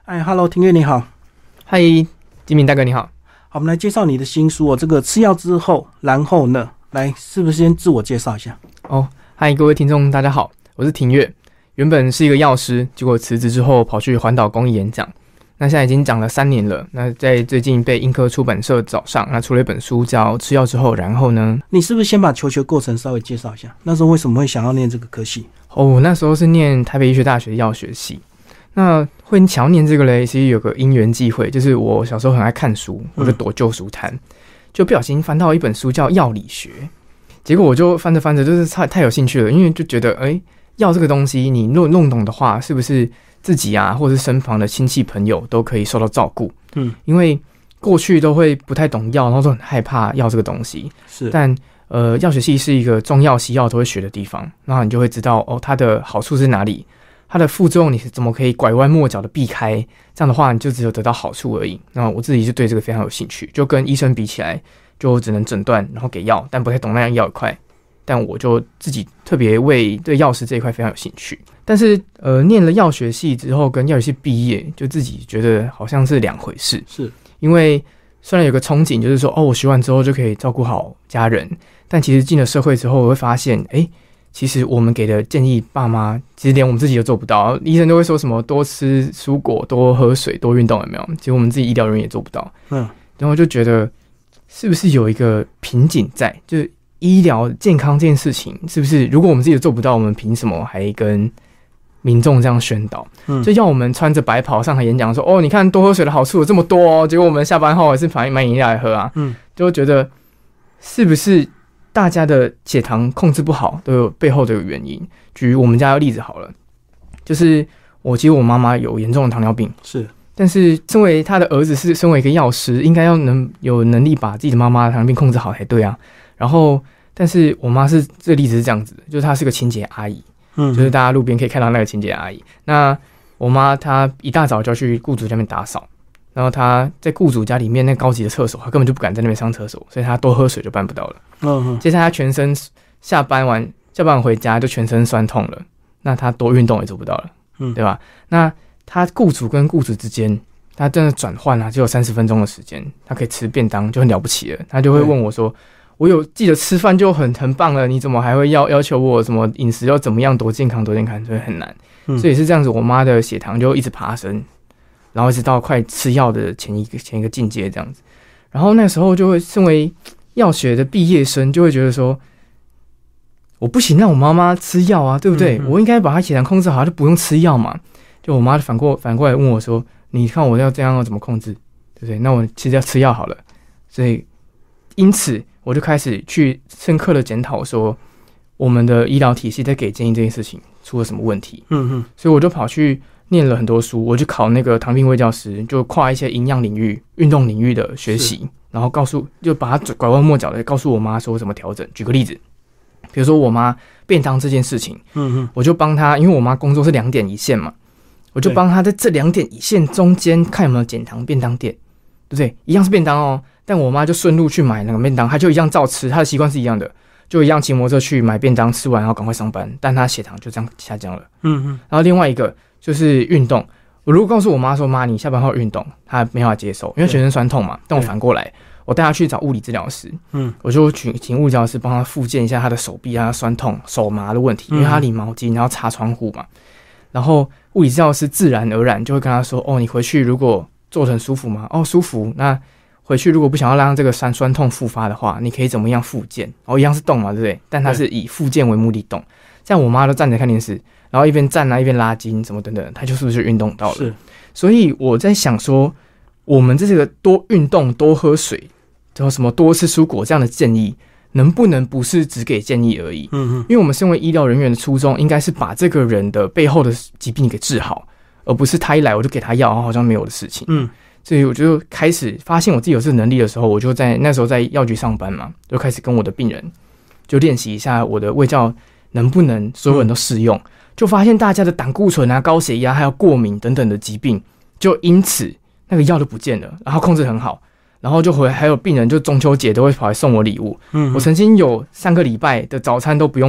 哎 ，Hello， 庭岳你好。 嗨，金明大哥你好。 好，我们来介绍你的新书哦。这个吃药之后，然后呢，来，是不是先自我介绍一下？ 哦，嗨，各位听众大家好，我是庭岳。原本是一个药师，结果辞职之后跑去环岛公益演讲。那现在已经讲了3年了。那在最近被英科出版社找上，那出了一本书叫《吃药之后，然后呢》。 你是不是先把求学过程稍微介绍一下？那时候为什么会想要念这个科系？ 哦，我那时候是念台北医学大学药学系。那会想要念这个嘞，其实有个因缘际会，就是我小时候很爱看书，我就躲旧书摊，就不小心翻到一本书叫《药理学》，结果我就翻着翻着，就是太有兴趣了，因为就觉得，药这个东西你弄懂的话，是不是自己啊，或是身旁的亲戚朋友都可以受到照顾？因为过去都会不太懂药，然后都很害怕药这个东西。 是， 但药学系是一个中药西药都会学的地方，然后你就会知道它的好处是哪里。它的副作用你是怎么可以拐弯抹角的避开？这样的话，你就只有得到好处而已。那我自己就对这个非常有兴趣，就跟医生比起来，就只能诊断，然后给药，但不太懂那样药一块。但我就自己特别对药师这一块非常有兴趣。但是念了药学系之后，跟药学系毕业，就自己觉得好像是两回事。 是因为虽然有个憧憬，就是说我学完之后就可以照顾好家人，但其实进了社会之后，我会发现，其实我们给的建议，爸妈其实连我们自己都做不到。医生都会说什么多吃蔬果、多喝水、多运动，有没有？其实我们自己医疗人员也做不到。然后就觉得是不是有一个瓶颈在？就是医疗健康这件事情，是不是如果我们自己都做不到，我们凭什么还跟民众这样宣导？就要我们穿着白袍上台演讲说，你看多喝水的好处有这么多哦。结果我们下班后还是买饮料来喝啊。就觉得是不是？大家的血糖控制不好，都有背后的原因。举我们家的例子好了，就是其实我妈妈有严重的糖尿病， 是， 但是身为她的儿子，是身为一个药师，应该要有能力把自己的妈妈的糖尿病控制好才对啊。然后，但是我妈是这个例子是这样子的，就是她是个清洁阿姨，就是大家路边可以看到那个清洁阿姨。那我妈她一大早就要去雇主家里面打扫。然后他在雇主家里面那高级的厕所，他根本就不敢在那边上厕所，所以他多喝水就办不到了。接下来他全身下班完回家就全身酸痛了，那他多运动也做不到了，对吧？那他雇主跟雇主之间，他真的转换只有30分钟的时间，他可以吃便当就很了不起了。他就会问我说：“我有记得吃饭就很棒了，你怎么还会要求我什么饮食要怎么样多健康？所以很难。所以是这样子，我妈的血糖就一直爬升。然后一直到快吃药的前一个境界这样子，然后那时候就会身为药学的毕业生，就会觉得说，我不行让我妈妈吃药啊，对不对？我应该把她血糖控制好，就不用吃药嘛。就我妈反过来问我说，你看我要这样要怎么控制，对不对？那我其实要吃药好了。所以因此我就开始去深刻的检讨说，我们的医疗体系在给建议这件事情出了什么问题。所以我就跑去念了很多书，我去考那个糖病卫教师，就跨一些营养领域、运动领域的学习，然后就把它拐弯抹角的告诉我妈说怎么调整。举个例子，比如说我妈便当这件事情，我就帮她，因为我妈工作是2点一线嘛，我就帮她在这2点一线中间看有没有减糖便当店，对不对？一样是便当哦，但我妈就顺路去买那个便当，她就一样照吃，她的习惯是一样的，就一样骑摩托车去买便当，吃完然后赶快上班，但她血糖就这样下降了。然后另外一个就是运动，我如果告诉我妈说，妈，你下班后运动，她没办法接受，因为全身酸痛嘛。但我反过来，我带她去找物理治疗师，我就请物理治疗师帮她复健一下她的手臂啊酸痛、手麻的问题，因为她理毛巾，然后擦窗户嘛。然后物理治疗师自然而然就会跟她说，你回去如果做得很舒服吗？舒服。那回去如果不想要让这个酸痛复发的话，你可以怎么样复健？一样是动嘛，对不对？但它是以复健为目的动。这样我妈都站着看电视。然后一边站一边拉筋什么等等，他就是不是运动到了？是，所以我在想说，我们这个多运动、多喝水，然后什么多吃蔬果这样的建议，能不能不是只给建议而已？因为我们身为医疗人员的初衷，应该是把这个人的背后的疾病给治好，而不是他一来我就给他药，好像没有的事情。所以我就开始发现我自己有这个能力的时候，我就那时候在药局上班嘛，就开始跟我的病人就练习一下我的卫教能不能所有人都适用。就发现大家的胆固醇啊、高血压还有过敏等等的疾病，就因此那个药就不见了，然后控制很好，然后还有病人就中秋节都会跑来送我礼物。我曾经有3个礼拜的早餐都不用买，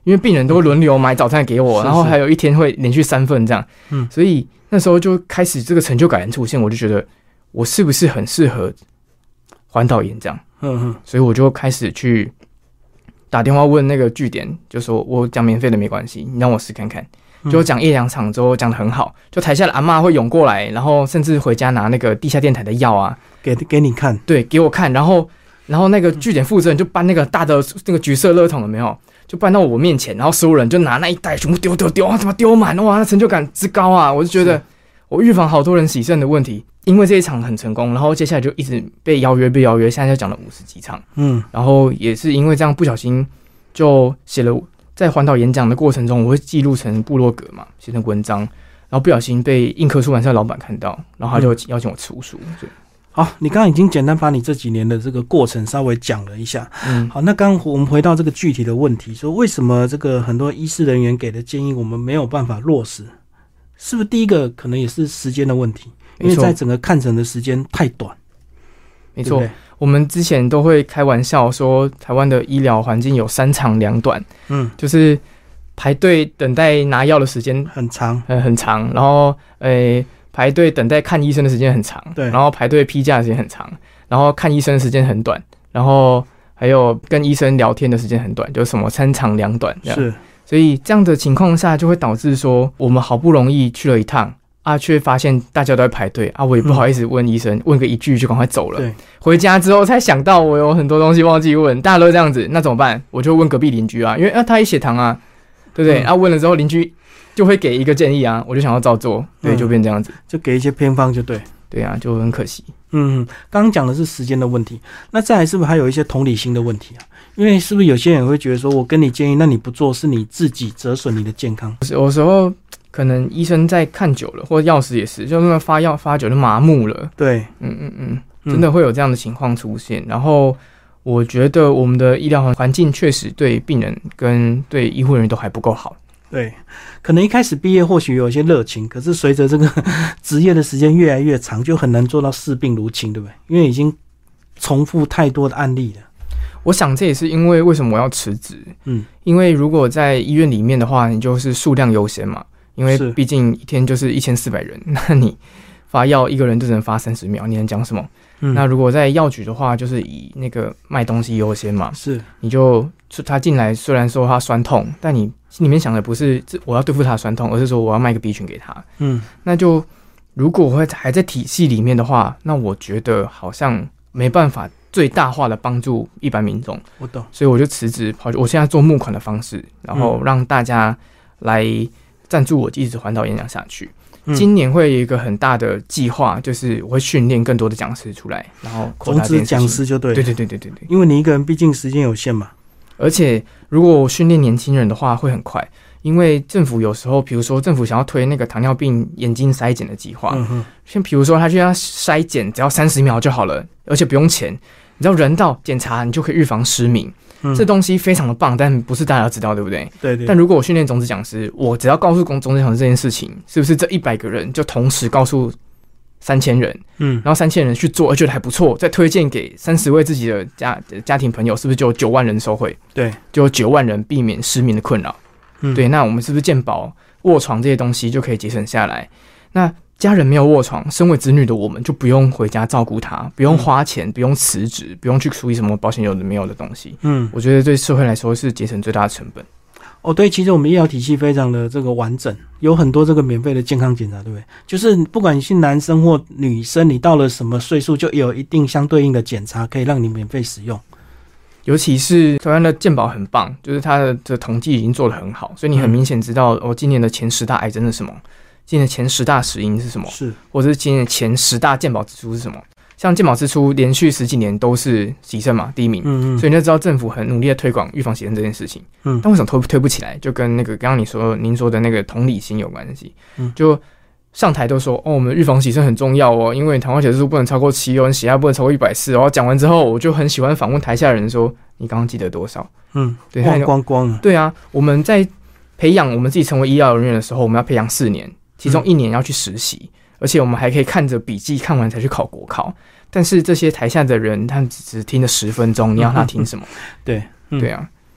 因为病人都会轮流买早餐给我，然后还有一天会连续3份这样，所以那时候就开始这个成就感出现，我就觉得我是不是很适合环岛演讲，所以我就开始去打电话问那个据点，就说我讲免费的没关系，你让我试看看。就讲1-2场之后讲得很好，就台下的阿嬷会涌过来，然后甚至回家拿那个地下电台的药啊， 给你看， 对，给我看，然后那个据点负责人就搬那个大的那个橘色乐桶，有没有？就搬到我面前，然后所有人就拿那一袋全部丢，怎么丢满？哇，那成就感之高啊！我就觉得我预防好多人洗肾的问题，因为这一场很成功，然后接下来就一直被邀约，现在就讲了50几场，然后也是因为这样不小心就写了。在环岛演讲的过程中，我会记录成部落格嘛，写成文章，然后不小心被印刻出版社老板看到，然后他就邀请我出书。 好，你刚刚已经简单把你这几年的这个过程稍微讲了一下。好，那刚刚我们回到这个具体的问题，说为什么这个很多医师人员给的建议我们没有办法落实？是不是第一个可能也是时间的问题？因为在整个看诊的时间太短。 没错。我们之前都会开玩笑说，台湾的医疗环境有3长2短，就是排队等待拿药的时间很长， 很长，然后排队等待看医生的时间很长，对，然后排队批假的时间很长，然后看医生的时间很短，然后还有跟医生聊天的时间很短，就是什么3长2短这样。是，所以这样的情况下就会导致说，我们好不容易去了一趟。却发现大家都在排队我也不好意思问医生，问个1句就赶快走了。对，回家之后才想到我有很多东西忘记问，大家都这样子，那怎么办？我就问隔壁邻居因为他也血糖对不对？问了之后邻居就会给一个建议我就想要照做，对，就变这样子， 就给一些偏方就对。 对就很可惜。 刚刚讲的是时间的问题，那再来是不是还有一些同理心的问题因为是不是有些人会觉得说，我跟你建议，那你不做是你自己折损你的健康？有时候可能医生在看久了，或者药师也是，就是发药发久就麻木了。对，真的会有这样的情况出现。然后我觉得我们的医疗环境确实对病人跟对医护人员都还不够好。对，可能一开始毕业或许有一些热情，可是随着这个职业的时间越来越长，就很难做到视病如亲，对不对？因为已经重复太多的案例了。我想这也是因为为什么我要辞职。因为如果在医院里面的话，你就是数量优先嘛。因为毕竟一天就是1400人，那你发药一个人就只能发30秒，你能讲什么？那如果在药局的话，就是以那个卖东西优先嘛。是，你就他进来，虽然说他酸痛，但你心里面想的不是我要对付他的酸痛，而是说我要卖个 B 群给他。那就如果我还在体系里面的话，那我觉得好像没办法最大化的帮助一般民众。我懂，所以我就辞职，我现在做募款的方式，然后让大家来赞助我一直环岛演讲下去。今年会有一个很大的计划，就是我会训练更多的讲师出来，然后种子讲师就对了。对，因为你一个人毕竟时间有限嘛。而且如果我训练年轻人的话会很快，因为政府有时候比如说政府想要推那个糖尿病眼睛筛检的计划，像比如说他就要筛检只要30秒就好了，而且不用钱，你知道人道检查你就可以预防失明。这东西非常的棒，但不是大家知道，对不对？对。但如果我训练种子讲师，我只要告诉种子讲师这件事情，是不是这100个人就同时告诉3000人？然后3000人去做，而觉得还不错，再推荐给30位自己的家庭朋友，是不是就有9万人受惠？对，就有9万人避免失明的困扰。对，那我们是不是健保卧床这些东西就可以节省下来？那家人没有卧床，身为子女的我们就不用回家照顾他，不用花钱，不用辞职，不用去处理什么保险有的没有的东西。我觉得对社会来说是节省最大的成本。对，其实我们医疗体系非常的这个完整，有很多这个免费的健康检查，对不对？就是不管你是男生或女生，你到了什么岁数，就有一定相对应的检查可以让你免费使用。尤其是台湾的健保很棒，就是它的统计已经做得很好，所以你很明显知道今年的前10大癌症是什么。今年前10大死因是什么？是，或者是今年前10大健保支出是什么？像健保支出连续10几年都是洗肾嘛，第一名。所以你就知道政府很努力的推广预防洗肾这件事情。但为什么推不起来？就跟那个刚刚您说的那个同理心有关系。就上台都说我们预防洗肾很重要因为糖化血素不能超过7，血压不能超过140。然后讲完之后，我就很喜欢访问台下的人说：“你刚刚记得多少？”对，忘光了。对啊，我们在培养我们自己成为医疗人员的时候，我们要培养4年。其中1年要去实习，而且我们还可以看着笔记看完才去考国考。但是这些台下的人，他只听了10分钟，你要他听什么？对，对啊，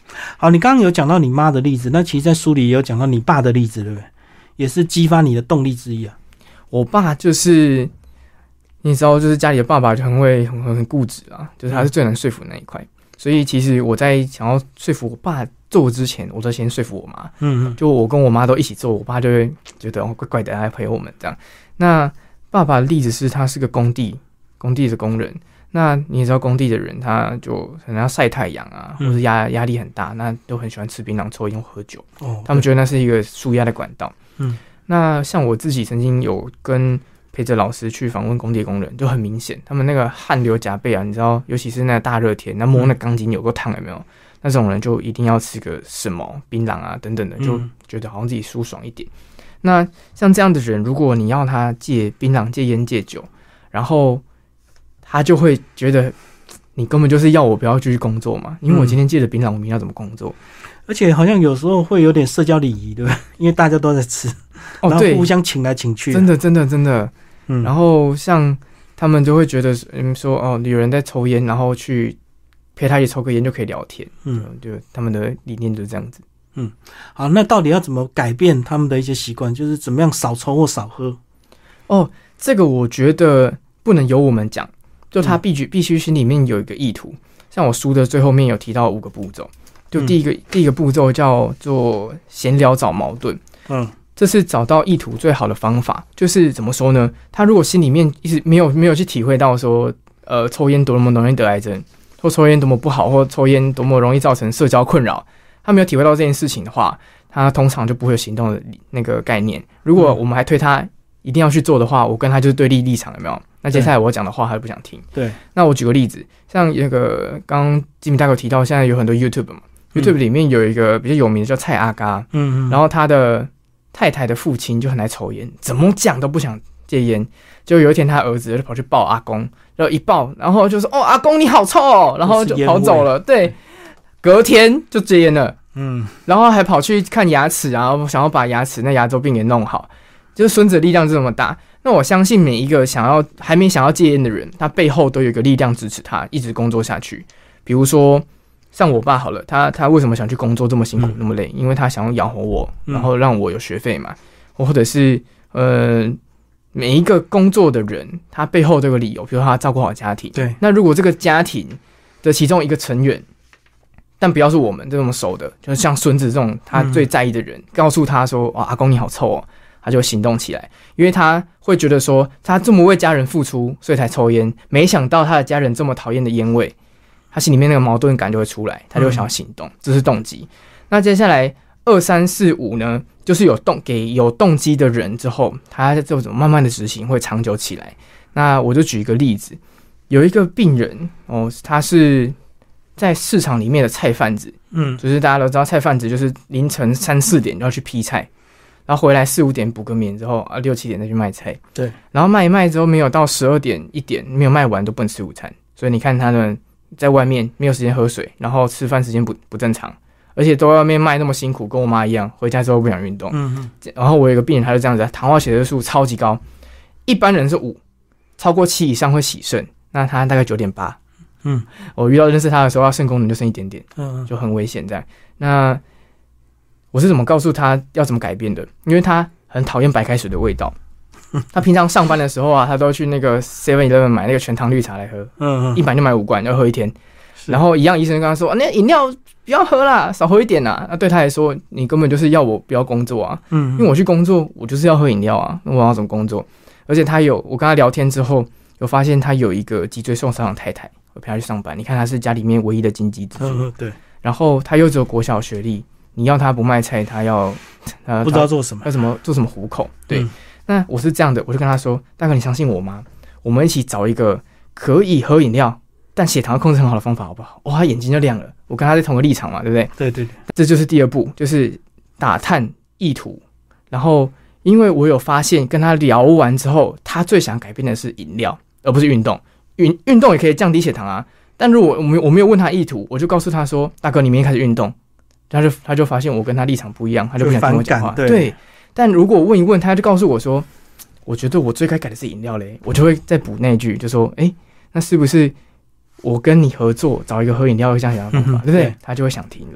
好，你刚刚有讲到你妈的例子，那其实在书里也有讲到你爸的例子，对不对？也是激发你的动力之一啊。 我爸就是你知道，就是家里的爸爸就很固执啊，就是他是最难说服的那一块。所以其实我在想要说服我爸做之前，我都先说服我妈。就我跟我妈都一起做，我爸就会觉得怪怪的，来陪我们这样。那爸爸的例子是他是个工地的工人。那你也知道工地的人，他就可能要晒太阳啊，或是压力很大，那都很喜欢吃槟榔、抽烟、喝酒。他们觉得那是一个抒压的管道。那像我自己曾经有陪着老师去访问工地工人，就很明显，他们那个汗流浃背啊，你知道，尤其是那个大热天，那摸那钢筋有够烫，有没有？那种人就一定要吃个什么槟榔啊等等的，就觉得好像自己舒爽一点。那像这样的人，如果你要他戒槟榔、戒烟、戒酒，然后他就会觉得你根本就是要我不要继续工作嘛，因为我今天戒了槟榔，我明天要怎么工作？ 而且好像有时候会有点社交礼仪，对不对？因为大家都在吃，然后互相请来请去。真的。然后像他们就会觉得说有人在抽烟，然后去陪他一起抽个烟就可以聊天。就他们的理念就是这样子。 好，那到底要怎么改变他们的一些习惯？就是怎么样少抽或少喝？ 这个我觉得不能由我们讲，就他必须心里面有一个意图。像我书的最后面有提到5个步骤，就第一个步骤叫做闲聊找矛盾。这是找到意图最好的方法。就是怎么说呢？他如果心里面一直没有去体会到说，抽烟多么容易得癌症，或抽烟多么不好，或抽烟多么容易造成社交困扰，他没有体会到这件事情的话，他通常就不会有行动的那个概念。如果我们还推他一定要去做的话，我跟他就是对立场，有没有？那接下来我讲的话他就不想听。 对， 那我举个例子，像那个刚刚吉米大哥提到，现在有很多 YouTube 嘛，YouTube 里面有一个比较有名的叫蔡阿嘎，然后他的太太的父亲就很爱抽烟，怎么讲都不想戒烟。就有一天他儿子就跑去抱阿公，然后一抱，然后就说阿公你好臭哦，然后就跑走了。对，隔天就戒烟了。然后还跑去看牙齿，然后想要把牙齿那牙周病给弄好。就是孙子的力量这么大，那我相信每一个还没想要戒烟的人，他背后都有一个力量支持他一直工作下去。比如说像我爸好了，他为什么想去工作这么辛苦那么累？因为他想要养活我，然后让我有学费嘛。或者是每一个工作的人，他背后都有个理由，比如说他照顾好家庭。 对， 那如果这个家庭的其中一个成员，但不要是我们这么熟的，就是像孙子这种他最在意的人，告诉他说阿公你好臭哦，他就会行动起来，因为他会觉得说他这么为家人付出，所以才抽烟。没想到他的家人这么讨厌的烟味，他心里面那个矛盾感就会出来，他就会想要行动，这是动机。那接下来2、3、4、5呢，就是给有动机的人之后，他这种慢慢的执行会长久起来。那我就举一个例子，有一个病人他是在市场里面的菜贩子，就是大家都知道菜贩子就是凌晨3、4点就要去批菜。然后回来4、5点补个眠之后6、7点再去卖菜。 对， 然后卖一卖之后没有到12点、1点没有卖完都不能吃午餐，所以你看他们在外面没有时间喝水，然后吃饭时间不正常，而且都在外面卖那么辛苦，跟我妈一样，回家之后不想运动。然后我有一个病人他就这样子，糖化血色素超级高，一般人是5，超过7以上会洗肾，那他大概9.8。我遇到认识他的时候，他肾功能就剩一点点，就很危险这样。那我是怎么告诉他要怎么改变的？因为他很讨厌白开水的味道。他平常上班的时候啊，他都去那个 7-Eleven 买那个全糖绿茶来喝，一买就买5罐，要喝1天。然后一样，医生跟他说：“那饮料不要喝啦，少喝一点啦。”那对他来说，你根本就是要我不要工作啊。因为我去工作，我就是要喝饮料啊，那我要怎么工作？而且我跟他聊天之后，有发现他有一个脊椎受伤的太太，我陪他去上班。你看他是家里面唯一的经济支柱， 对。 然后他又只有国小学历。你要他不卖菜，他不知道做什么， 要做什么糊口。对，那我是这样的，我就跟他说：“大哥，你相信我吗？我们一起找一个可以喝饮料，但血糖控制很好的方法，好不好？”他眼睛就亮了。我跟他在同个立场嘛，对不对？对，这就是第2步，就是打探意图。然后，因为我有发现，跟他聊完之后，他最想改变的是饮料，而不是运动。运动也可以降低血糖啊，但如果我没有问他意图，我就告诉他说：“大哥，你明天开始运动。”他就发现我跟他立场不一样，他就不想听我讲话。对，但如果问一问，他就告诉我说：“我觉得我最该改的是饮料嘞。”我就会再补那一句，就说：“那是不是我跟你合作找一个喝饮料会这样想的方法，对不对？”他就会想听了。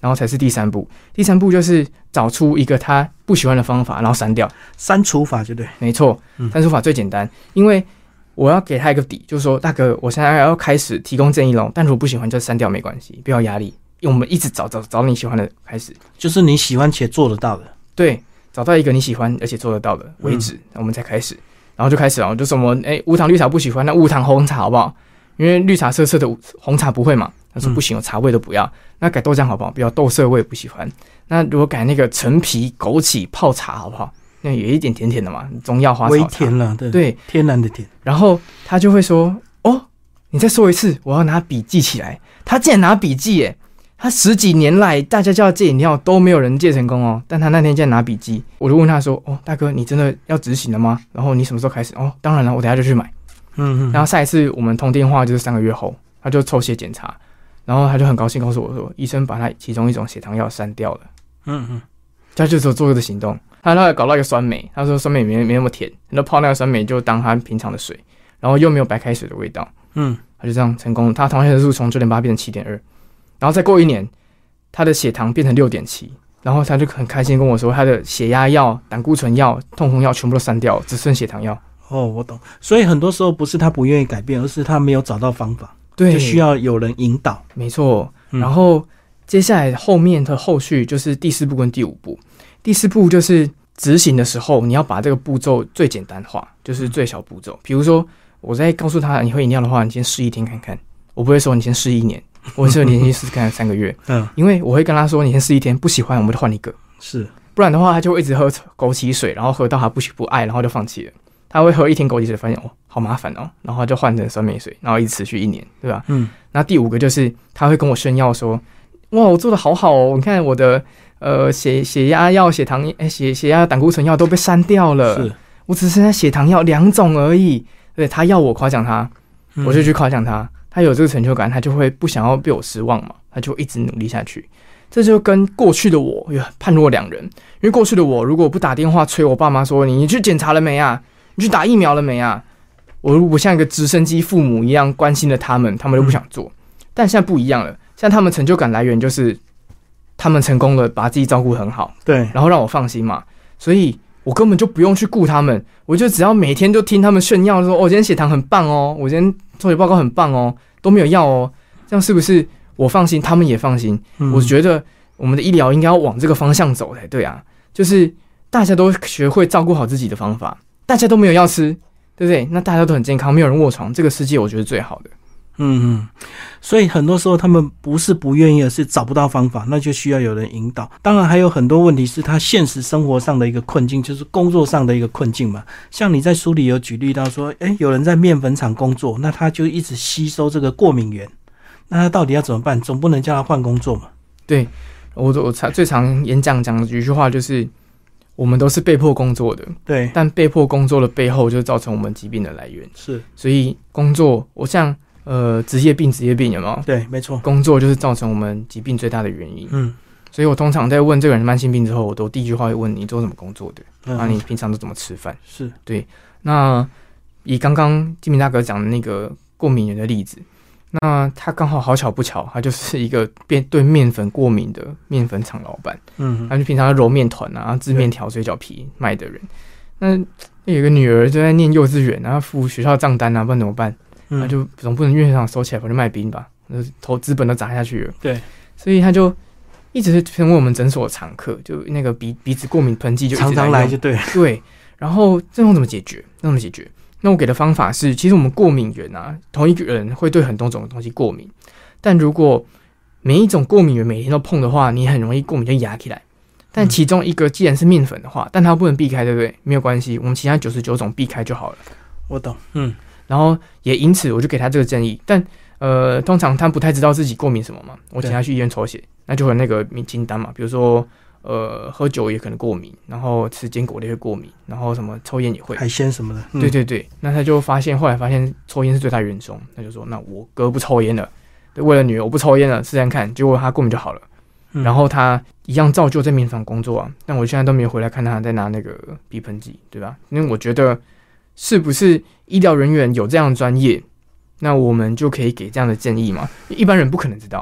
然后才是第3步。第3步就是找出一个他不喜欢的方法，然后删掉。 删除法就对， 没错，删除法最简单，因为我要给他一个底，就是说大哥，我现在要开始提供建议咯，但如果不喜欢就删掉没关系，不要压力，因为我们一直找你喜欢的开始， 就是你喜欢且做得到的。对， 找到一个你喜欢而且做得到的为止，我们才开始。然后就开始了，就什么无糖绿茶不喜欢，那无糖红茶好不好？因为绿茶涩涩的，红茶不会嘛。他说不行，茶味都不要。那改豆浆好不好？不要，豆色我也不喜欢。那如果改那个陈皮枸杞泡茶好不好？那有一点甜甜的嘛，中药花草茶， 微甜了， 对， 天然的甜。 然后他就会说：“哦，你再说一次，我要拿笔记起来。”他竟然拿笔记耶！他10几年来，大家叫他戒饮料都没有人戒成功哦，但他那天竟然拿笔记。我就问他说：“哦，大哥，你真的要执行了吗？然后你什么时候开始？”哦，当然了，我等一下就去买。然后下一次我们通电话就是3个月后，他就抽血检查，然后他就很高兴告诉我说，医生把他其中一种血糖药删掉了。他就只有做这个行动。他后来搞到一个酸梅，他说酸梅没那么甜，那泡那个酸梅就当他平常的水，然后又没有白开水的味道。他就这样成功了，他糖化血色素从9.8变成7.2，然后再过1年，他的血糖变成6.7，然后他就很开心跟我说，他的血压药、胆固醇药、痛风药全部都删掉了，只剩血糖药。 哦，我懂。所以很多时候不是他不愿意改变，而是他没有找到方法， 对， 就需要有人引导。 没错。然后接下来后面的后续就是第4步跟第5步。第4步就是执行的时候，你要把这个步骤最简单化，就是最小步骤。比如说，我在告诉他你喝饮料的话，你先试1天看看，我不会说你先试1年，我会说你先试看3个月。因为我会跟他说，你先试1天，不喜欢我们就换一个。 是， 不然的话他就会一直喝枸杞水，然后喝到他不爱，然后就放弃了。他会喝1天枸杞水，发现好麻烦哦，然后他就换成酸梅水，然后一直持续1年，对吧？那第5个就是他会跟我炫耀说，哇，我做的好好哦，你看我的血压药、血糖血压、胆固醇药都被删掉了，是我只剩下血糖药2种而已。对，他要我夸奖他，我就去夸奖他，他有这个成就感，他就会不想要被我失望嘛，他就一直努力下去。这就跟过去的我判若两人，因为过去的我如果不打电话催我爸妈说你去检查了没啊，你去打疫苗了没啊，我如果像一个直升机父母一样关心了他们就不想做。但现在不一样了，现在他们成就感来源就是他们成功了，把自己照顾很好，对，然后让我放心嘛，所以我根本就不用去顾他们，我就只要每天就听他们炫耀说，今天血糖很棒哦，我今天抽血报告很棒哦，都没有药哦，这样是不是我放心，他们也放心？我觉得我们的医疗应该要往这个方向走才对啊，就是大家都学会照顾好自己的方法，大家都没有药吃，对不对？那大家都很健康，没有人卧床，这个世界我觉得最好的。 所以很多时候他们不是不愿意，而是找不到方法，那就需要有人引导。当然还有很多问题是他现实生活上的一个困境，就是工作上的一个困境嘛。像你在书里有举例到说，有人在面粉厂工作，那他就一直吸收这个过敏源，那他到底要怎么办？总不能叫他换工作嘛。对， 我最常演讲讲的一句话就是，我们都是被迫工作的，对，但被迫工作的背后就造成我们疾病的来源。是，所以工作，我像职业病有没有？对，没错，工作就是造成我们疾病最大的原因。所以我通常在问这个人慢性病之后，我都第一句话会问你做什么工作的，那你平常都怎么吃饭？是对。那以刚刚金明大哥讲的那个过敏源的例子，那他刚好好巧不巧，他就是一个对面粉过敏的面粉厂老板。他就平常揉面团啊、制面条、水饺皮卖的人。那有一个女儿就在念幼稚园，然后付学校账单啊，不然怎么办？那就总不能院长收起来跑去卖冰吧，投资本都砸下去了。对，所以他就一直成为我们诊所的常客，就那个鼻子过敏喷剂就一直常常来就对。对，然后这种怎么解决？那我给的方法是，其实我们过敏源啊，同一个人会对很多种东西过敏，但如果每一种过敏源每天都碰的话，你很容易过敏就压起来。但其中一个既然是面粉的话，但它不能避开，对不对？没有关系，我们其他99种避开就好了。我懂，然后也因此我就给他这个建议，但通常他不太知道自己过敏什么嘛，我请他去医院抽血，那就会有那个清单嘛，比如说喝酒也可能过敏，然后吃坚果类会过敏，然后什么抽烟也会，海鲜什么的。对，那他就后来发现抽烟是最大元凶，他就说那我哥不抽烟了，对，为了女儿我不抽烟了，试试看，结果他过敏就好了。然后他一样照旧在面粉工作啊，但我现在都没有回来看他在拿那个鼻喷剂，对吧？因为我觉得是不是医疗人员有这样的专业，那我们就可以给这样的建议嘛？一般人不可能知道。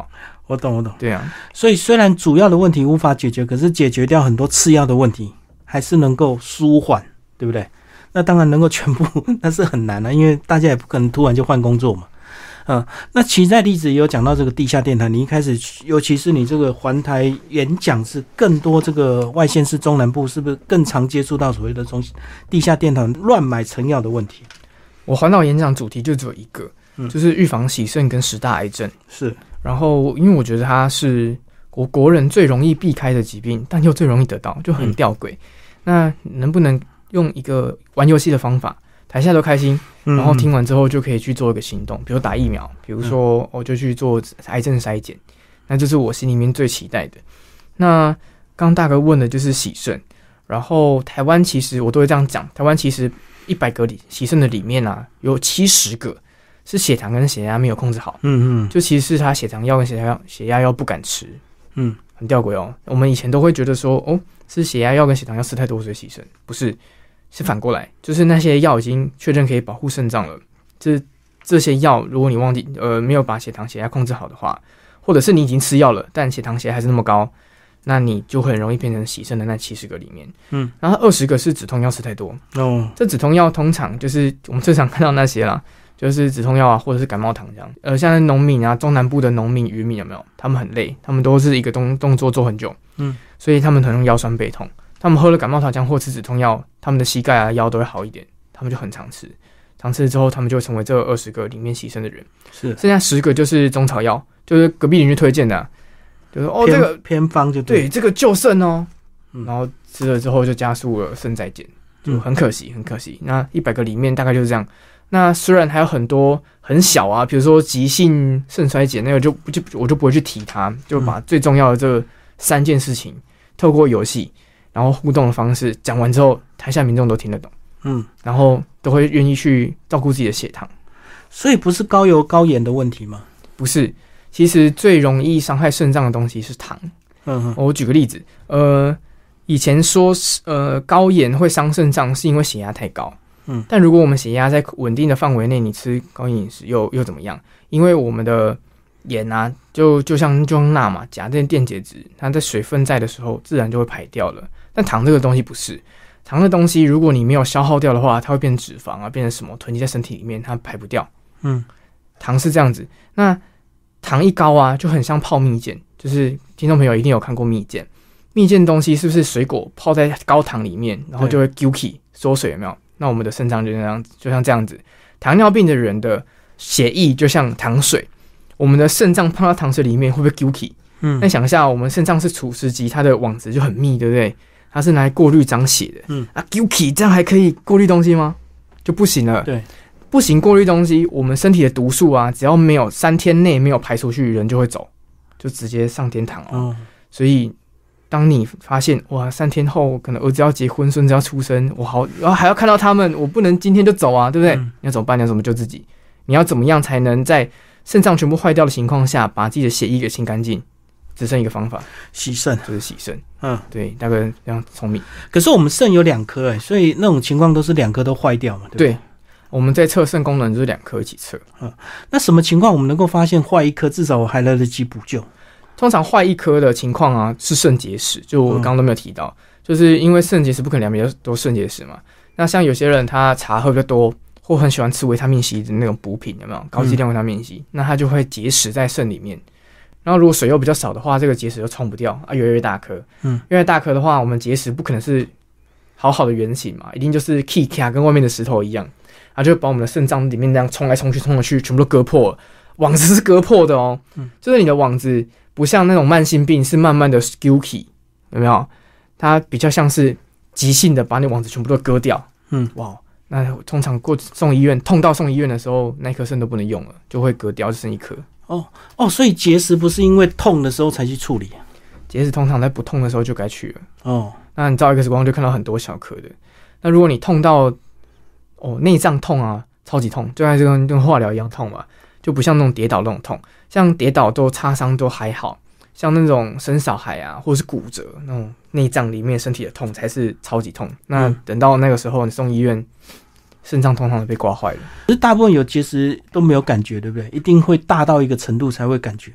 我懂。 对啊， 所以虽然主要的问题无法解决，可是解决掉很多次要的问题，还是能够舒缓，对不对？那当然能够全部，那是很难因为大家也不可能突然就换工作嘛。那其实在例子也有讲到这个地下电台，你一开始，尤其是你这个环台演讲是更多这个外县市中南部，是不是更常接触到所谓的地下电台乱买成药的问题？ 我环岛演讲主题就只有一个，就是预防洗肾跟10大癌症。 是， 然后因为我觉得它是国人最容易避开的疾病，但又最容易得到，就很吊诡。那能不能用一个玩游戏的方法，台下都开心，然后听完之后就可以去做一个行动，比如打疫苗，比如说我就去做癌症筛检，那这是我心里面最期待的。那刚大哥问的就是洗肾，然后台湾其实我都会这样讲，台湾其实100个洗肾的里面啊，有70个是血糖跟血压没有控制好，就其实是他血糖药跟血压药不敢吃，很吊诡哦。我们以前都会觉得说，是血压药跟血糖药吃太多所以洗肾，不是。是反过来，就是那些药已经确认可以保护肾脏了，这些药如果你忘记没有把血糖血压控制好的话，或者是你已经吃药了，但血糖血压还是那么高，那你就会很容易变成洗肾的那70个里面。然后20个是止痛药吃太多。这止痛药通常就是我们最常看到那些啦，就是止痛药啊，或者是感冒糖这样。像农民啊，中南部的农民渔民有没有？他们很累，他们都是一个动作做很久，所以他们可能腰酸背痛。他们喝了感冒糖浆或吃止痛药，他们的膝盖啊腰都会好一点，他们就很常吃之后，他们就会成为这20个里面牺牲的人。是，剩下10个就是中草药，就是隔壁邻居推荐的，就是这个偏方就对，这个救肾哦，然后吃了之后就加速了肾再减，就很可惜，很可惜。那100个里面大概就是这样。那虽然还有很多很小啊，比如说急性肾衰竭那个我就不会去提它，就把最重要的这3件事情透过游戏。然后互动的方式讲完之后，台下民众都听得懂，然后都会愿意去照顾自己的血糖， 所以不是高油高盐的问题吗？ 不是，其实最容易伤害肾脏的东西是糖。我举个例子，以前说高盐会伤肾脏，是因为血压太高，但如果我们血压在稳定的范围内，你吃高盐饮食又怎么样？因为我们的盐啊，就像钠嘛，钾这电解质，它在水分在的时候，自然就会排掉了。但糖这个东西不是，糖的东西，如果你没有消耗掉的话，它会变脂肪啊，变成什么囤积在身体里面，它排不掉。糖是这样子。那糖一高啊，就很像泡蜜饯，就是听众朋友一定有看过蜜饯。蜜饯东西是不是水果泡在高糖里面，然后就会 guilty 缩水，有没有？那我们的肾脏就像这样子。糖尿病的人的血液就像糖水，我们的肾脏泡到糖水里面会不会 guilty？那想一下，我们肾脏是储湿机，它的网子就很密，对不对？它是拿来过滤脏血的。guilty 这样还可以过滤东西吗？就不行了。对，不行过滤东西，我们身体的毒素啊，只要没有3天内没有排出去，人就会走，就直接上天堂哦。所以，当你发现哇，3天后可能儿子要结婚，孙子要出生，然后还要看到他们，我不能今天就走啊，对不对？你要怎么办？你要怎么救自己？你要怎么样才能在肾脏全部坏掉的情况下，把自己的血液给清干净？只剩一个方法， 洗肾， 就是洗肾。对，大概这样聪明。 可是我们肾有2颗所以那种情况都是2颗都坏掉嘛，对不对？ 对，我们在测肾功能就是2颗一起测。 那什么情况我们能够发现坏1颗，至少我还来得及补救？ 通常坏1颗的情况啊，是肾结石，就我刚刚都没有提到，就是因为肾结石不可能2边都肾结石嘛。那像有些人他茶喝比较多，或很喜欢吃维他命 C 的那种补品，有没有高剂量维他命 C？那他就会结石在肾里面。然后如果水又比较少的话，这个结石就冲不掉啊，越来越大颗。越来越大颗的话，我们结石不可能是好好的圆形嘛，一定就是 key 跟外面的石头一样，啊，就把我们的肾脏里面这样冲来冲去，全部都割破了。网子是割破的哦，就是你的网子不像那种慢性病是慢慢的 squeaky， 有没有？它比较像是急性的把你网子全部都割掉。哇，那通常送医院，痛到送医院的时候，那一颗肾都不能用了，就会割掉，就剩1颗。 所以结石不是因为痛的时候才去处理， 结石通常在不痛的时候就该去了。那你照 X 光就看到很多小颗的。那如果你痛到内脏痛啊，超级痛，就像这跟化疗一样痛嘛，就不像那种跌倒那种痛，像跌倒都擦伤都还好，像那种生小孩啊，或者是骨折那种内脏里面身体的痛才是超级痛。那等到那个时候你送医院，肾脏通常都被刮坏了。 可是大部分有结石都没有感觉，对不对？一定会大到一个程度才会感觉嘛。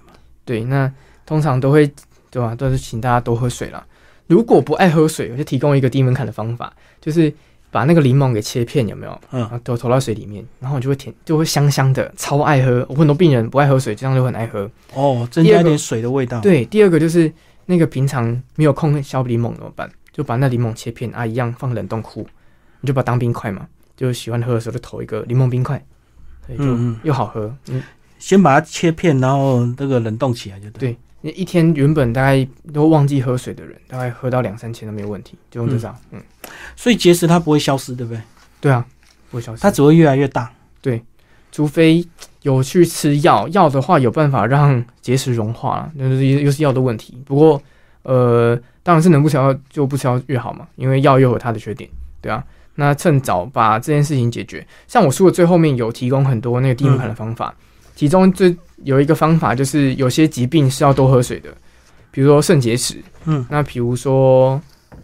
对，那通常都会对吧？都是请大家多喝水啦。如果不爱喝水，我就提供一个低门槛的方法，就是把那个柠檬给切片，有没有？然后投到水里面，然后你就会甜，就会香香的，超爱喝。我很多病人不爱喝水，这样就很爱喝。 哦，增加一点水的味道。 对，第二个就是那个平常没有空削柠檬怎么办？就把那柠檬切片一样放冷冻库，你就把它当冰块嘛。就喜欢喝的时候就投一个柠檬冰块，所以就又好喝。 先把它切片，然后这个冷冻起来就对。 对，一天原本大概都忘记喝水的人，大概喝到2-3千都没有问题，就用这招。 所以结石它不会消失，对不对？ 对啊，不会消失， 它只会越来越大。对， 除非有去吃药的话，有办法让结石融化了，那又是药的问题。不过当然是能不吃药就不吃药越好嘛，因为药又有它的缺点，对啊。那趁早把这件事情解决。像我书的最后面有提供很多那个低门槛的方法，其中有一个方法就是有些疾病是要多喝水的，比如说肾结石，那比如说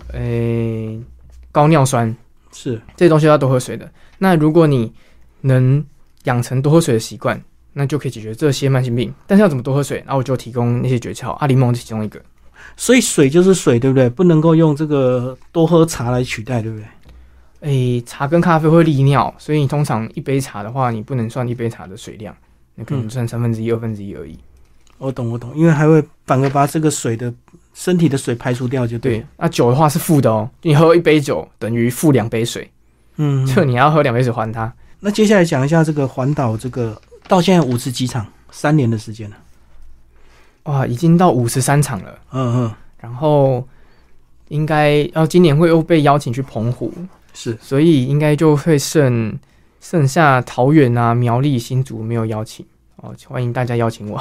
高尿酸，是这些东西要多喝水的。那如果你能养成多喝水的习惯，那就可以解决这些慢性病。但是要怎么多喝水？然后我就提供那些诀窍，柠檬是其中一个。 所以水就是水，对不对？不能够用这个多喝茶来取代，对不对？ 茶跟咖啡会利尿，所以你通常一杯茶的话，你不能算一杯茶的水量，那可能算1/3、2/3而已。我懂，因为还会反而把这个水的身体的水排除掉就对。对，那酒的话是负的哦，你喝一杯酒等于负2杯水，就你要喝2杯水还它。那接下来讲一下这个环岛，这个到现在50几场，3年的时间了。哇，已经到53场了。然后应该今年会又被邀请去澎湖。是，所以应该就会剩下桃园啊、苗栗、新竹没有邀请哦，欢迎大家邀请我。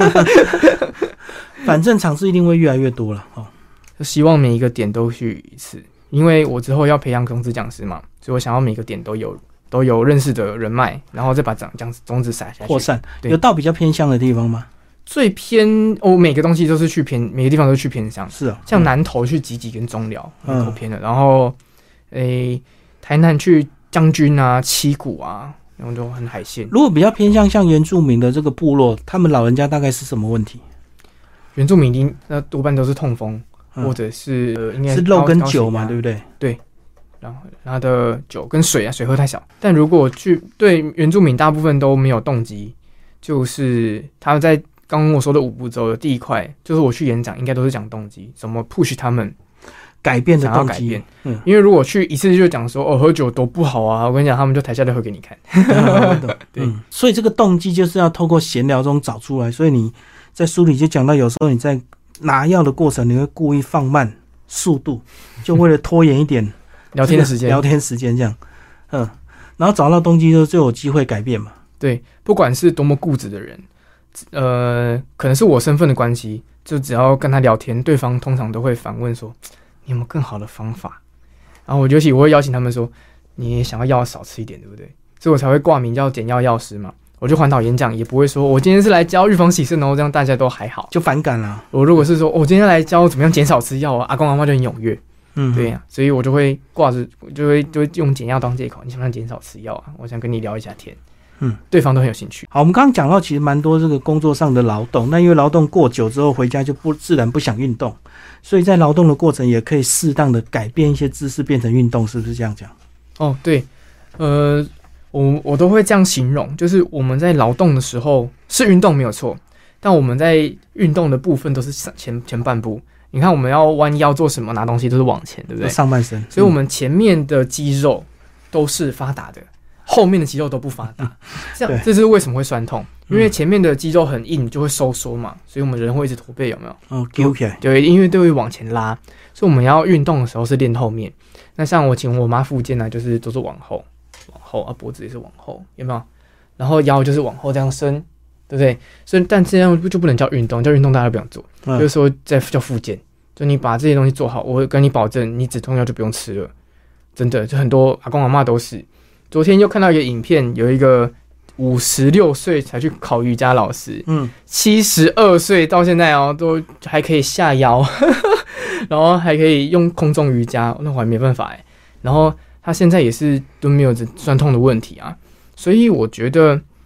反正场次一定会越来越多了哦，就希望每一个点都去一次，因为我之后要培养种子讲师嘛，所以我想要每个点都有认识的人脉，然后再把种子撒下去，扩散。有到比较偏乡的地方吗？最偏每个东西都是去偏，每个地方都是去偏乡。是啊，像南投去集集跟中寮，够偏的，然后。台南去将军啊、七股啊，然后都很海鲜。如果比较偏向像原住民的这个部落，他们老人家大概是什么问题？原住民那多半都是痛风，或者是应该是肉跟酒嘛，对不对？对，然后他的酒跟水啊，水喝太少。但如果对原住民大部分都没有动机，就是他们在刚刚我说的5步骤的第一块，就是我去演讲应该都是讲动机，怎么 push 他们。改变的动机，因为如果去一次就讲说喝酒多不好啊，我跟你讲，他们就台下就喝给你看。对，所以这个动机就是要透过闲聊中找出来。所以你在书里就讲到，有时候你在拿药的过程，你会故意放慢速度，就为了拖延一点聊天时间这样。然后找到动机就有机会改变嘛。对，不管是多么固执的人，可能是我身份的关系，就只要跟他聊天，对方通常都会反问说。你有没有更好的方法？然后我会邀请他们说，你也想要药少吃一点，对不对？所以我才会挂名叫减药药师嘛。我就环岛演讲，也不会说我今天是来教预防洗肾，然后这样大家都还好，就反感了。我如果是说我今天来教怎么样减少吃药啊，阿公阿嬷就很踊跃，对呀，所以我就会挂着，就会用减药当借口，你想不想减少吃药啊？我想跟你聊一下天。对方都很有兴趣。好，我们刚刚讲到其实蛮多这个工作上的劳动，那因为劳动过久之后回家就自然不想运动，所以在劳动的过程也可以适当的改变一些姿势变成运动，是不是这样讲？哦，对，我都会这样形容，就是我们在劳动的时候是运动没有错，但我们在运动的部分都是前半部。你看我们要弯腰做什么，拿东西都是往前，对不对？上半身，所以我们前面的肌肉都是发达的。后面的肌肉都不发达，这是为什么会酸痛？因为前面的肌肉很硬，就会收缩嘛，所以我们人会一直驼背，有没有？丢起来，对，因为都会往前拉，所以我们要运动的时候是练后面。那像我请我妈复健呢，就是都是往后啊，脖子也是往后，有没有？然后腰就是往后这样伸，对不对？所以但这样就不能叫运动，叫运动大家都不想做，就是说叫复健，就你把这些东西做好，我跟你保证，你止痛药就不用吃了，真的，就很多阿公阿嬷都是。昨天又看到一个影片，有一个56岁才去考瑜伽老师，72岁到现在都还可以下腰，然后还可以用空中瑜伽，那我还没办法然后他现在也是都没有酸痛的问题啊，所以我觉得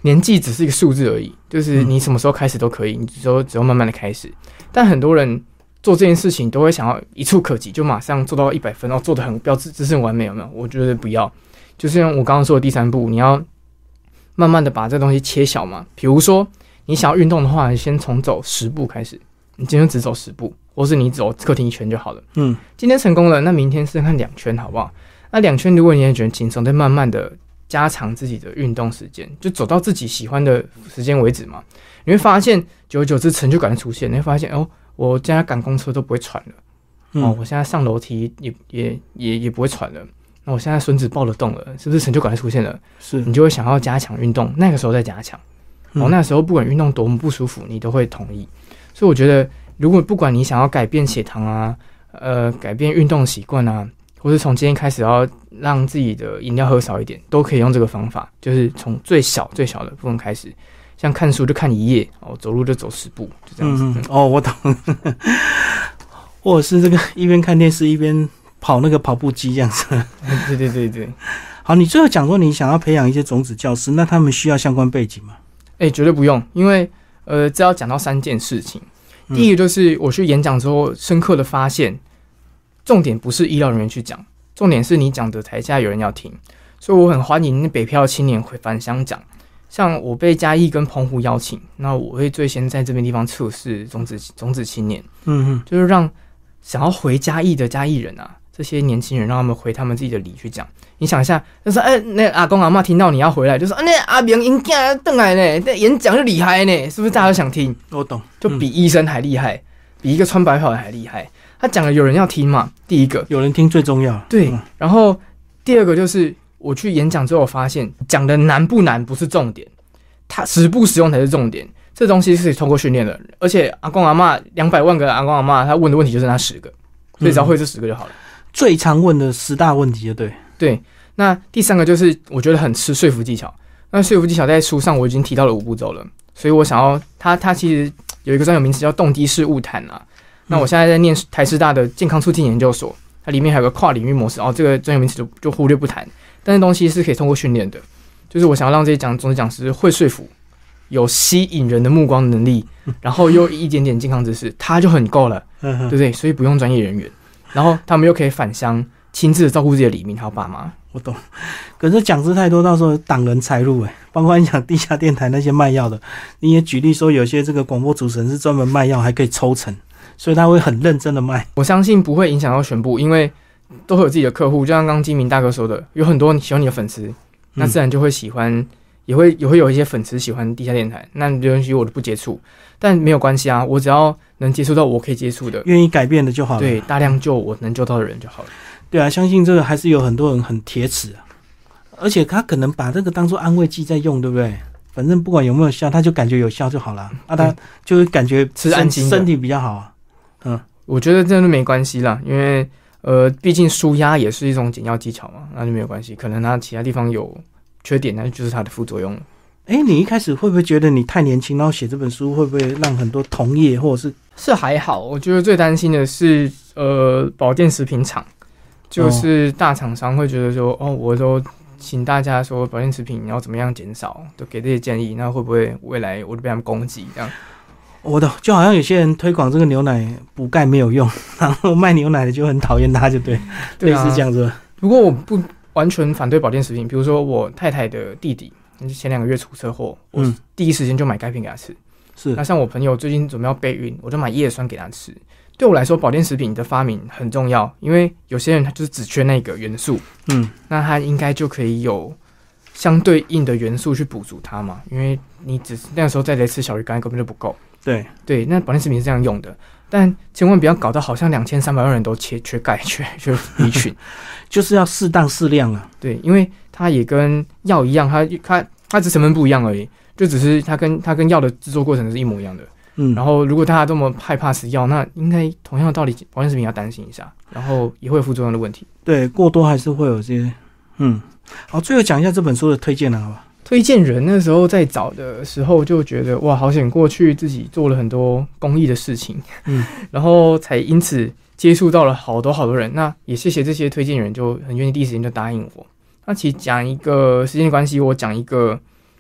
年纪只是一个数字而已，就是你什么时候开始都可以，你只要慢慢的开始。但很多人做这件事情都会想要一触可及，就马上做到100分，然后做得很标志，姿势很完美，有没有？我觉得不要，就是像我刚刚说的第3步，你要慢慢的把这东西切小嘛。比如说你想要运动的话，你先从走10步开始，你今天只走10步，或是你走客厅1圈就好了。今天成功了，那明天试看2圈好不好？那2圈如果你也觉得轻松，再慢慢的加长自己的运动时间，就走到自己喜欢的时间为止嘛。你会发现久而久之成就感出现，你会发现我现在赶公车都不会喘了，我现在上楼梯也不会喘了，那我现在孙子抱得动了，是不是成就感出现了？ 是， 你就会想要加强运动，那个时候再加强，那时候不管运动多么不舒服，你都会同意。所以我觉得，如果不管你想要改变血糖啊，改变运动习惯啊，或是从今天开始要让自己的饮料喝少一点，都可以用这个方法，就是从最小的部分开始。像看书就看1页，走路就走10步，就这样子。 我懂。或者是这个一边看电视一边跑那个跑步机这样子。 对。 好，你最后讲说你想要培养一些种子教师，那他们需要相关背景吗？ 绝对不用，因为这要讲到3件事情。第一个就是我去演讲之后深刻的发现，重点不是医疗人员去讲，重点是你讲的台下有人要听。所以我很欢迎北漂青年回返乡讲。像我被嘉义跟澎湖邀请，那我会最先在这边地方测试种子青年，就是让想要回嘉义的嘉义人啊，这些年轻人让他们回他们自己的里去讲。你想一下，就说那阿公阿嬷听到你要回来，就说那阿明因囝回来呢，那演讲就厉害呢，是不是大家都想听？ 我懂， 就比医生还厉害，比一个穿白袍的还厉害。他讲了有人要听嘛，第一个有人听最重要。 对，然后第二个就是。我去演讲之后，我发现讲的难不难不是重点，它实不实用才是重点。这东西是可以通过训练的，而且阿公阿嬷200万个阿公阿嬷，他问的问题就是那10个，所以只要会这10个就好了。最常问的10大问题就对。 对，那第3个就是我觉得很吃说服技巧。那说服技巧在书上我已经提到了5步骤了，所以我想要它其实有一个专有名词叫动机式晤谈啊。那我现在在念台师大的健康促进研究所，它里面还有个跨领域模式，这个专有名词就忽略不谈。但是东西是可以通过训练的，就是我想要让这些种子讲师会说服，有吸引人的目光能力，然后又一点点健康知识，他就很够了，对不对？所以不用专业人员，然后他们又可以返乡亲自照顾自己的里民还有爸妈。 我懂，可是讲师太多，到时候挡人财路包括你讲地下电台那些卖药的，你也举例说有些这个广播主持人是专门卖药，还可以抽成，所以他会很认真的卖。 我相信不会影响到全部，因为都会有自己的客户，就像刚刚金明大哥说的，有很多喜欢你的粉丝，那自然就会喜欢，也会有一些粉丝喜欢地下电台，那允许我的不接触，但没有关系啊，我只要能接触到我可以接触的， 愿意改变的就好了， 对，大量救我能救到的人就好了。 对啊，相信这个还是有很多人很铁齿啊，而且他可能把这个当作安慰剂在用，对不对？反正不管有没有效，他就感觉有效就好了，他就会感觉吃安心， 身体比较好啊。 我觉得真的没关系啦，因为毕竟舒压也是一种减药技巧嘛，那就没有关系。可能他其他地方有缺点，那就是他的副作用了。 你一开始会不会觉得你太年轻，然后写这本书会不会让很多同业或者是还好？我觉得最担心的是保健食品厂，就是大厂商会觉得说，我都请大家说保健食品要怎么样减少，都给这些建议，那会不会未来我就被他们攻击这样？ 我的就好像有些人推广这个牛奶补钙没有用，然后卖牛奶的就很讨厌他，就对，类似这样子。 如果我不完全反对保健食品，比如说我太太的弟弟前2个月出车祸，我第一时间就买钙片给他吃。是，那像我朋友最近准备要备孕，我就买叶酸给他吃。对我来说，保健食品的发明很重要，因为有些人他就是只缺那个元素，那他应该就可以有相对应的元素去补足它嘛，因为你只是那个时候再来吃小鱼干根本就不够。对，那保健食品是这样用的，但千万不要搞到好像2300万人都缺钙、缺 B 群， 就是要适当适量啊。 对，因为它也跟药一样，它只成分不一样而已，就只是它跟药的制作过程是一模一样的。然后如果大家这么害怕吃药，那应该同样的道理，保健食品要担心一下，然后也会有副作用的问题。 对，过多还是会有些。好，最后讲一下这本书的推荐了，好吧？ 推荐人那时候在找的时候就觉得哇，好险过去自己做了很多公益的事情，然后才因此接触到了好多人。那也谢谢这些推荐人，就很愿意第一时间就答应我。那其实讲一个时间的关系，我讲一个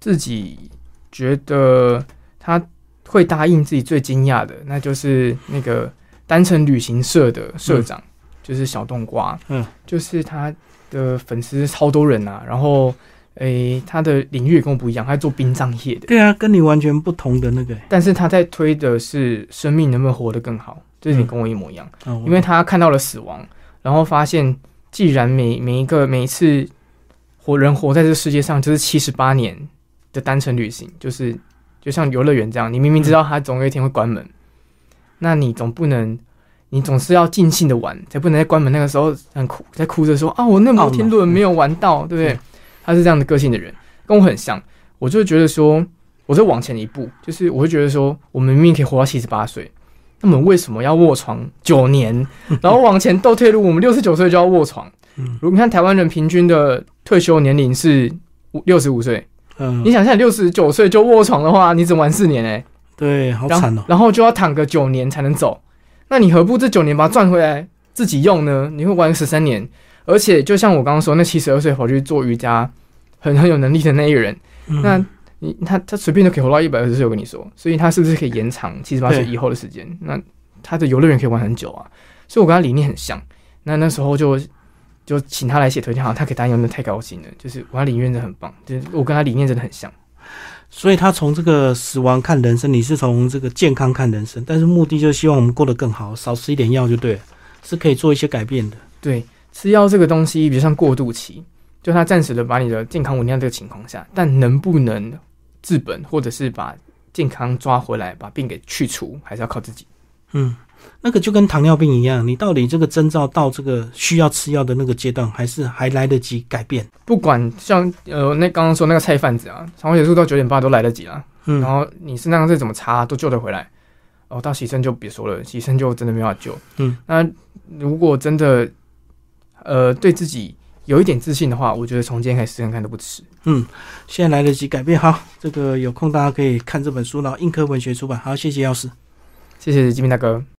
自己觉得他会答应自己最惊讶的，那就是那个单程旅行社的社长，就是小冬瓜，就是他的粉丝超多人啊，然后他的领域也跟我不一样，他在做殡葬业的。 对啊，跟你完全不同的那个。 但是他在推的是生命能不能活得更好，就是你跟我一模一样，因为他看到了死亡，然后发现既然每一次人活在这个世界上就是78年的单程旅行，就像游乐园这样，你明明知道它总有一天会关门，那你总是要尽兴的玩，才不能在关门那个时候在哭着说啊，我那摩天轮没有玩到，对不对？他是这样的个性的人，跟我很像。我就觉得说，我再往前一步，就是我会觉得说，我们明明可以活到78岁，那么为什么要卧床9年？然后往前倒退路，我们69岁就要卧床。如果你看台湾人平均的退休年龄是65岁，你想象69岁就卧床的话，你只玩4年对，好惨哦。 然后就要躺个9年才能走，那你何不这9年把它赚回来自己用呢？你会玩13年，而且就像我刚刚说，那72岁跑去做瑜伽，很有能力的那一个人，那他随便都可以活到120岁，我跟你说，所以他是不是可以延长78岁以后的时间？那他的游乐园可以玩很久啊，所以我跟他理念很像。那时候就请他来写推荐函，他可以答应，那太高兴了。就是我跟他理念真的很棒，就是我跟他理念真的很像。 所以他从这个死亡看人生，你是从这个健康看人生，但是目的就是希望我们过得更好，少吃一点药就对了，是可以做一些改变的。 对，吃药这个东西，比如像过渡期，就他暂时的把你的健康稳定在这个情况下，但能不能治本，或者是把健康抓回来，把病给去除，还是要靠自己。 那个就跟糖尿病一样，你到底这个征兆到这个需要吃药的那个阶段，还是还来得及改变？ 不管像那刚刚说那个菜贩子啊，肠胃血素到9.8都来得及啦。然后你肾脏再怎么差都救得回来。到洗肾就别说了，洗肾就真的没办法救。那如果真的对自己有一点自信的话，我觉得从今天开始试看看都不迟。 现在来得及改变。好，这个有空大家可以看这本书，然后硬科文学出版。好，谢谢药师， 谢谢金明大哥。